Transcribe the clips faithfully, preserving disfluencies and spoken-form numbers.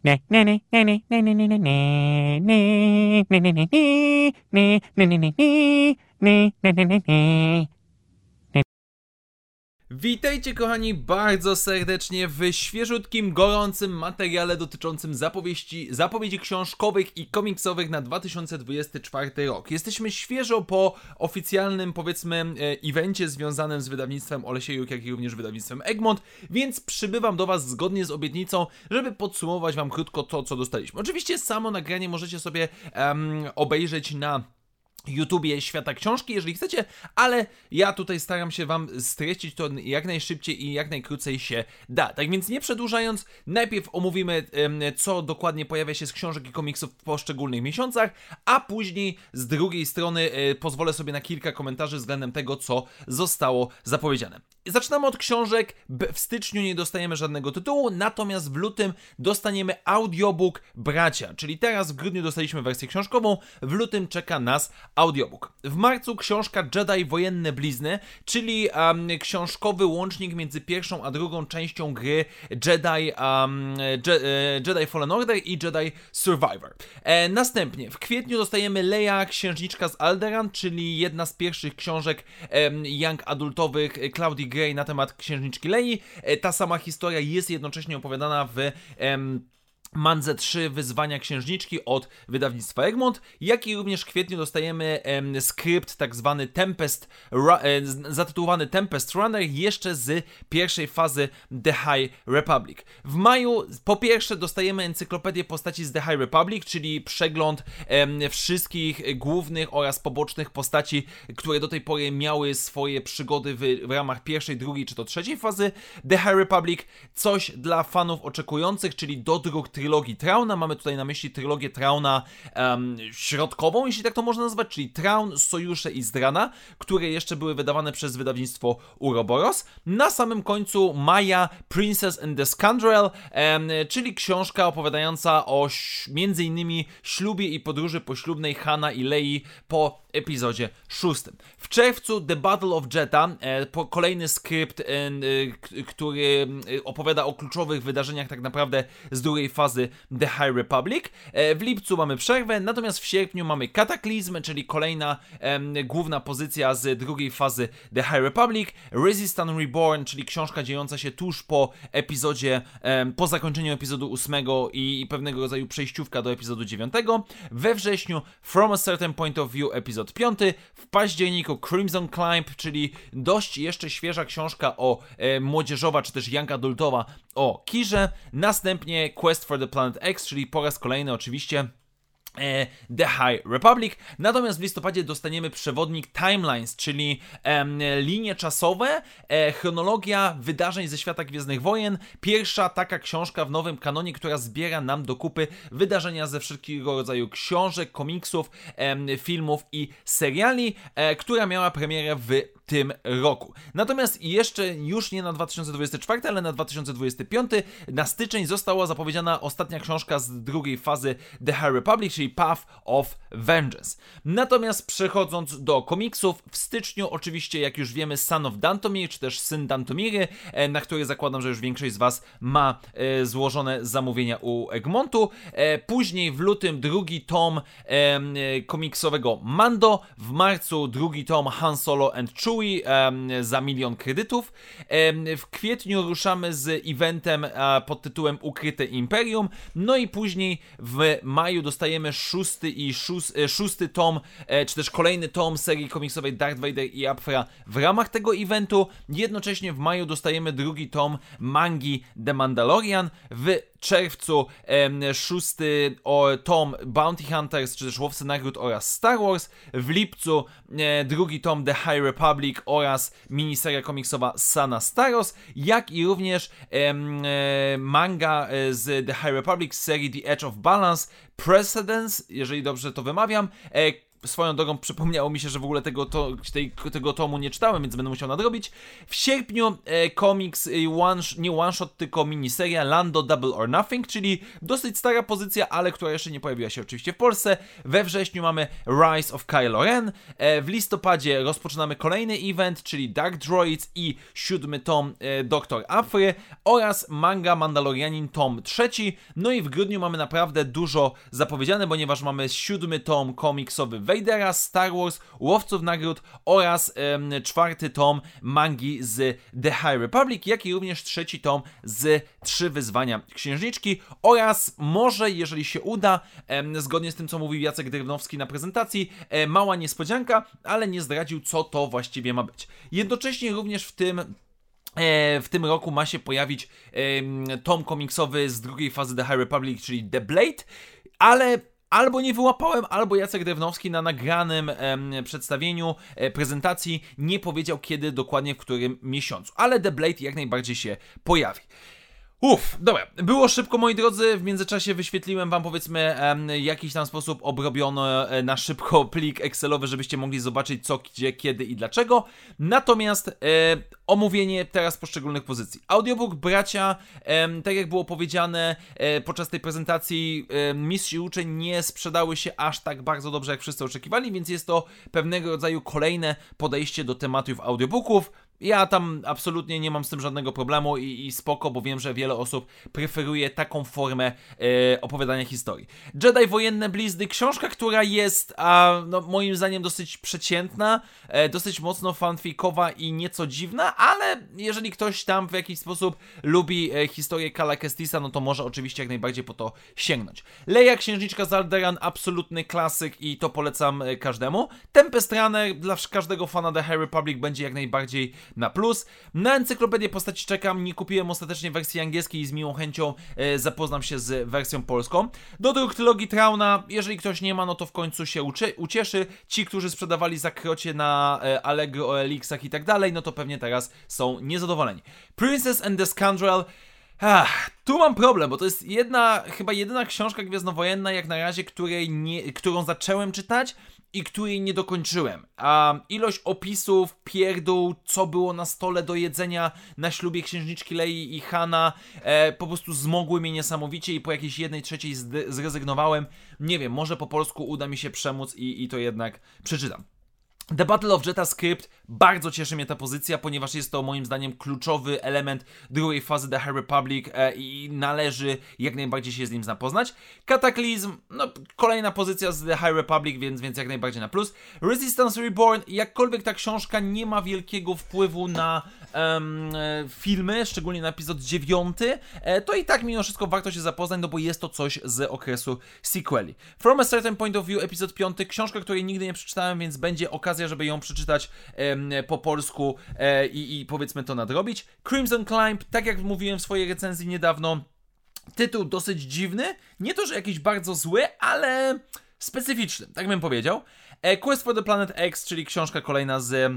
Witajcie kochani bardzo serdecznie w świeżutkim, gorącym materiale dotyczącym zapowieści, zapowiedzi książkowych i komiksowych na dwa tysiące dwudziesty czwarty rok. Jesteśmy świeżo po oficjalnym, powiedzmy, evencie związanym z wydawnictwem Olesiejuk, jak i również wydawnictwem Egmont, więc przybywam do Was zgodnie z obietnicą, żeby podsumować Wam krótko to, co dostaliśmy. Oczywiście samo nagranie możecie sobie um, obejrzeć na YouTubie Świata Książki, jeżeli chcecie, ale ja tutaj staram się Wam streścić to jak najszybciej i jak najkrócej się da. Tak więc nie przedłużając, najpierw omówimy, co dokładnie pojawia się z książek i komiksów w poszczególnych miesiącach, a później z drugiej strony pozwolę sobie na kilka komentarzy względem tego, co zostało zapowiedziane. Zaczynamy od książek. W styczniu nie dostajemy żadnego tytułu, natomiast w lutym dostaniemy audiobook Bracia, czyli teraz w grudniu dostaliśmy wersję książkową, w lutym czeka nas audiobook. W marcu książka Jedi Wojenne Blizny, czyli um, książkowy łącznik między pierwszą a drugą częścią gry Jedi, um, Je Jedi Fallen Order i Jedi Survivor. E, następnie w kwietniu dostajemy Leia, Księżniczka z Alderaan, czyli jedna z pierwszych książek um, young adultowych Claudii Gray na temat Księżniczki Lei. E, ta sama historia jest jednocześnie opowiadana w um, Mandze trzy Wyzwania Księżniczki od wydawnictwa Egmont, jak i również w kwietniu dostajemy em, skrypt tak zwany Tempest, ra, e, zatytułowany Tempest Runner, jeszcze z pierwszej fazy The High Republic. W maju po pierwsze dostajemy encyklopedię postaci z The High Republic, czyli przegląd em, wszystkich głównych oraz pobocznych postaci, które do tej pory miały swoje przygody w, w ramach pierwszej, drugiej czy to trzeciej fazy The High Republic. Coś dla fanów oczekujących, czyli dodruk trylogii Trauna. Mamy tutaj na myśli trylogię Trauna um, środkową, jeśli tak to można nazwać, czyli Traun, Sojusze i Zdrana, które jeszcze były wydawane przez wydawnictwo Uroboros. Na samym końcu maja Princess and the Scoundrel, um, czyli książka opowiadająca o między innymi ślubie i podróży poślubnej Hana i Lei po epizodzie szóstym. W czerwcu The Battle of Jedha, e, po kolejny skrypt, e, e, który opowiada o kluczowych wydarzeniach tak naprawdę z drugiej fazy The High Republic. E, w lipcu mamy przerwę, natomiast w sierpniu mamy Kataklizm, czyli kolejna e, główna pozycja z drugiej fazy The High Republic. Resistance Reborn, czyli książka dziejąca się tuż po epizodzie, e, po zakończeniu epizodu ósmego i, i pewnego rodzaju przejściówka do epizodu dziewiątego. We wrześniu From a Certain Point of View epizod piąty. W październiku Crimson Climb, czyli dość jeszcze świeża książka o e, młodzieżowa, czy też young adultowa o Kirze. Następnie Quest for the Planet X, czyli po raz kolejny oczywiście The High Republic. Natomiast w listopadzie dostaniemy przewodnik Timelines, czyli em, linie czasowe, e, chronologia wydarzeń ze świata Gwiezdnych Wojen. Pierwsza taka książka w nowym kanonie, która zbiera nam do kupy wydarzenia ze wszelkiego rodzaju książek, komiksów, em, filmów i seriali, e, która miała premierę w tym roku. Natomiast jeszcze już nie na dwa tysiące dwudziesty czwarty, ale na dwa tysiące dwudziesty piąty, na styczeń została zapowiedziana ostatnia książka z drugiej fazy The High Republic, czyli Path of Vengeance. Natomiast przechodząc do komiksów, w styczniu oczywiście, jak już wiemy, Son of Dathomir, czy też Syn Dathomiri, na który zakładam, że już większość z Was ma e, złożone zamówienia u Egmontu. E, później w lutym drugi tom e, komiksowego Mando, w marcu drugi tom Han Solo and Chewie e, za milion kredytów. E, w kwietniu ruszamy z eventem e, pod tytułem Ukryte Imperium, no i później w maju dostajemy szósty i szósty, e, szósty tom, e, czy też kolejny tom serii komiksowej Darth Vader i Apphra w ramach tego eventu. Jednocześnie w maju dostajemy drugi tom mangi The Mandalorian. W czerwcu e, szósty o, tom Bounty Hunters, czy też Łowcy Nagród oraz Star Wars. W lipcu e, drugi tom The High Republic oraz miniseria komiksowa Sana Staros, jak i również e, e, manga z The High Republic z serii The Edge of Balance Precedence, jeżeli dobrze to wymawiam, e, Swoją drogą przypomniało mi się, że w ogóle tego, to, tej, tego tomu nie czytałem, więc będę musiał nadrobić. W sierpniu e, komiks, e, one, nie one shot, tylko miniseria Lando Double or Nothing, czyli dosyć stara pozycja, ale która jeszcze nie pojawiła się oczywiście w Polsce. We wrześniu mamy Rise of Kylo Ren. E, w listopadzie rozpoczynamy kolejny event, czyli Dark Droids i siódmy tom e, Doktor Aphry oraz manga Mandalorianin tom trzeci. No i w grudniu mamy naprawdę dużo zapowiedziane, ponieważ mamy siódmy tom komiksowy Vadera, Star Wars, Łowców Nagród oraz em, czwarty tom mangi z The High Republic, jak i również trzeci tom z Trzy Wyzwania Księżniczki oraz może, jeżeli się uda, em, zgodnie z tym, co mówił Jacek Drewnowski na prezentacji, e, mała niespodzianka, ale nie zdradził, co to właściwie ma być. Jednocześnie również w tym w tym roku ma się pojawić um, tom komiksowy z drugiej fazy The High Republic, czyli The Blade, ale albo nie wyłapałem, albo Jacek Drewnowski na nagranym em, przedstawieniu, e, prezentacji nie powiedział, kiedy dokładnie, w którym miesiącu. Ale The Blade jak najbardziej się pojawi. Uff, dobra, było szybko, moi drodzy, w międzyczasie wyświetliłem wam, powiedzmy, em, jakiś tam sposób obrobiono e, na szybko plik Excelowy, żebyście mogli zobaczyć co, gdzie, kiedy i dlaczego. Natomiast e, omówienie teraz poszczególnych pozycji. Audiobook Bracia, em, tak jak było powiedziane e, podczas tej prezentacji, e, Mistrz i Uczeń nie sprzedały się aż tak bardzo dobrze, jak wszyscy oczekiwali, więc jest to pewnego rodzaju kolejne podejście do tematów audiobooków. Ja tam absolutnie nie mam z tym żadnego problemu i, i spoko, bo wiem, że wiele osób preferuje taką formę e, opowiadania historii. Jedi Wojenne Blizny, książka, która jest a, no, moim zdaniem dosyć przeciętna, e, dosyć mocno fanficowa i nieco dziwna, ale jeżeli ktoś tam w jakiś sposób lubi e, historię Kala Kestisa, no to może oczywiście jak najbardziej po to sięgnąć. Leia, Księżniczka z Alderaan, absolutny klasyk i to polecam e, każdemu. Tempest Runner dla każdego fana The High Republic będzie jak najbardziej na plus. Na encyklopedię postaci czekam, nie kupiłem ostatecznie wersji angielskiej i z miłą chęcią e, zapoznam się z wersją polską. Do dróg trylogii Trauna, jeżeli ktoś nie ma, no to w końcu się ucie ucieszy. Ci, którzy sprzedawali za krocie na e, Allegro, O L X-ach i tak dalej, no to pewnie teraz są niezadowoleni. Princess and the Scoundrel. Ach, tu mam problem, bo to jest jedna, chyba jedyna książka gwiezdnowojenna jak na razie, której nie, którą zacząłem czytać i której nie dokończyłem. A ilość opisów, pierdół, co było na stole do jedzenia na ślubie księżniczki Lei i Hana, e, po prostu zmogły mnie niesamowicie i po jakiejś jednej trzeciej zrezygnowałem. Nie wiem, może po polsku uda mi się przemóc i, i to jednak przeczytam. The Battle of Jedha Script, bardzo cieszy mnie ta pozycja, ponieważ jest to moim zdaniem kluczowy element drugiej fazy The High Republic e, i należy jak najbardziej się z nim zapoznać. Kataklizm, no kolejna pozycja z The High Republic, więc, więc jak najbardziej na plus. Resistance Reborn, jakkolwiek ta książka nie ma wielkiego wpływu na um, filmy, szczególnie na epizod dziewiąty, e, to i tak mimo wszystko warto się zapoznać, no bo jest to coś z okresu sequeli. From a Certain Point of View, epizod piąty, książka, której nigdy nie przeczytałem, więc będzie okazja, żeby ją przeczytać e, po polsku e, i, i powiedzmy to nadrobić. Crimson Climb, tak jak mówiłem w swojej recenzji niedawno, tytuł dosyć dziwny, nie to, że jakiś bardzo zły, ale specyficzny, tak bym powiedział. E, Quest for the Planet X, czyli książka kolejna z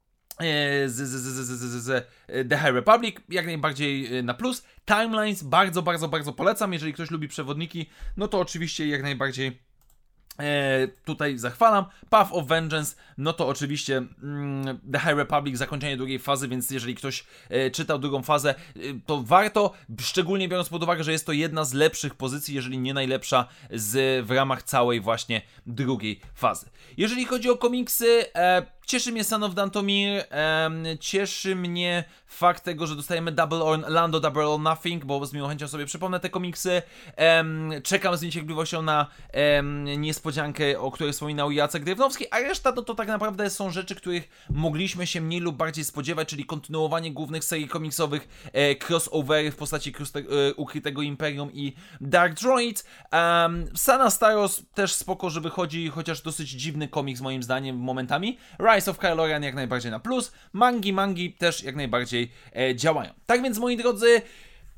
Z, z, z, z, z, z The High Republic, jak najbardziej na plus. Timelines, bardzo, bardzo, bardzo polecam. Jeżeli ktoś lubi przewodniki, no to oczywiście jak najbardziej E, tutaj zachwalam. Path of Vengeance, no to oczywiście mm, The High Republic, zakończenie drugiej fazy, więc jeżeli ktoś e, czytał drugą fazę, e, to warto, szczególnie biorąc pod uwagę, że jest to jedna z lepszych pozycji, jeżeli nie najlepsza z, w ramach całej właśnie drugiej fazy. Jeżeli chodzi o komiksy, e, cieszy mnie Son of Dathomir, um, cieszy mnie fakt tego, że dostajemy Double or, Lando Double or Nothing, bo z miłą chęcią sobie przypomnę te komiksy. Um, czekam z niecierpliwością na um, niespodziankę, o której wspominał Jacek Drewnowski, a reszta to, to tak naprawdę są rzeczy, których mogliśmy się mniej lub bardziej spodziewać, czyli kontynuowanie głównych serii komiksowych, e, crossovery w postaci Kruste, e, Ukrytego Imperium i Dark Droids. Um, Sana Staros też spoko, że wychodzi, chociaż dosyć dziwny komiks moim zdaniem momentami. Rise of Kylo Ren jak najbardziej na plus, mangi, mangi też jak najbardziej e, działają. Tak więc moi drodzy,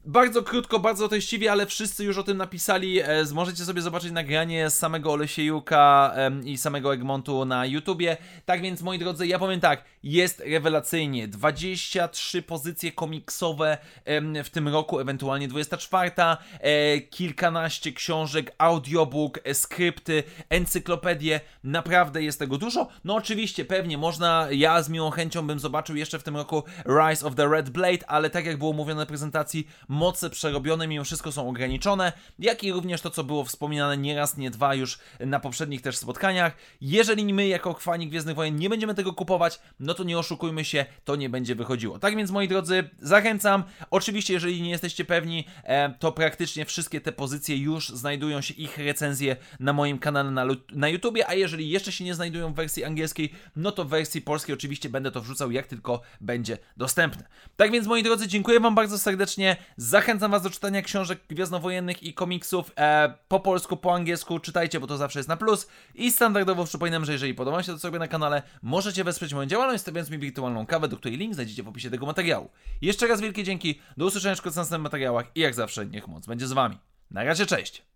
Bardzo krótko, bardzo treściwie, ale wszyscy już o tym napisali. E, możecie sobie zobaczyć nagranie z samego Olesiejuka e, i samego Egmontu na YouTubie. Tak więc, moi drodzy, ja powiem tak, jest rewelacyjnie. dwadzieścia trzy pozycje komiksowe e, w tym roku, ewentualnie dwudziesta czwarta. E, kilkanaście książek, audiobook, e, skrypty, encyklopedie. Naprawdę jest tego dużo. No oczywiście, pewnie można, ja z miłą chęcią bym zobaczył jeszcze w tym roku Rise of the Red Blade, ale tak jak było mówione na prezentacji, moce przerobione mimo wszystko są ograniczone, jak i również to, co było wspominane nie raz, nie dwa już na poprzednich też spotkaniach. Jeżeli my jako fani Gwiezdnych Wojen nie będziemy tego kupować, no to nie oszukujmy się, to nie będzie wychodziło. Tak więc, moi drodzy, zachęcam. Oczywiście, jeżeli nie jesteście pewni, e, to praktycznie wszystkie te pozycje już znajdują się, ich recenzje na moim kanale na, na YouTubie, a jeżeli jeszcze się nie znajdują w wersji angielskiej, no to w wersji polskiej oczywiście będę to wrzucał, jak tylko będzie dostępne. Tak więc, moi drodzy, dziękuję wam bardzo serdecznie. Zachęcam was do czytania książek gwiezdnowojennych i komiksów e, po polsku, po angielsku. Czytajcie, bo to zawsze jest na plus. I standardowo przypominam, że jeżeli podoba się to, co robię na kanale, możecie wesprzeć moją działalność, stawiając mi wirtualną kawę, do której link znajdziecie w opisie tego materiału. Jeszcze raz wielkie dzięki, do usłyszenia w następnych materiałach i jak zawsze niech moc będzie z wami. Na razie, cześć!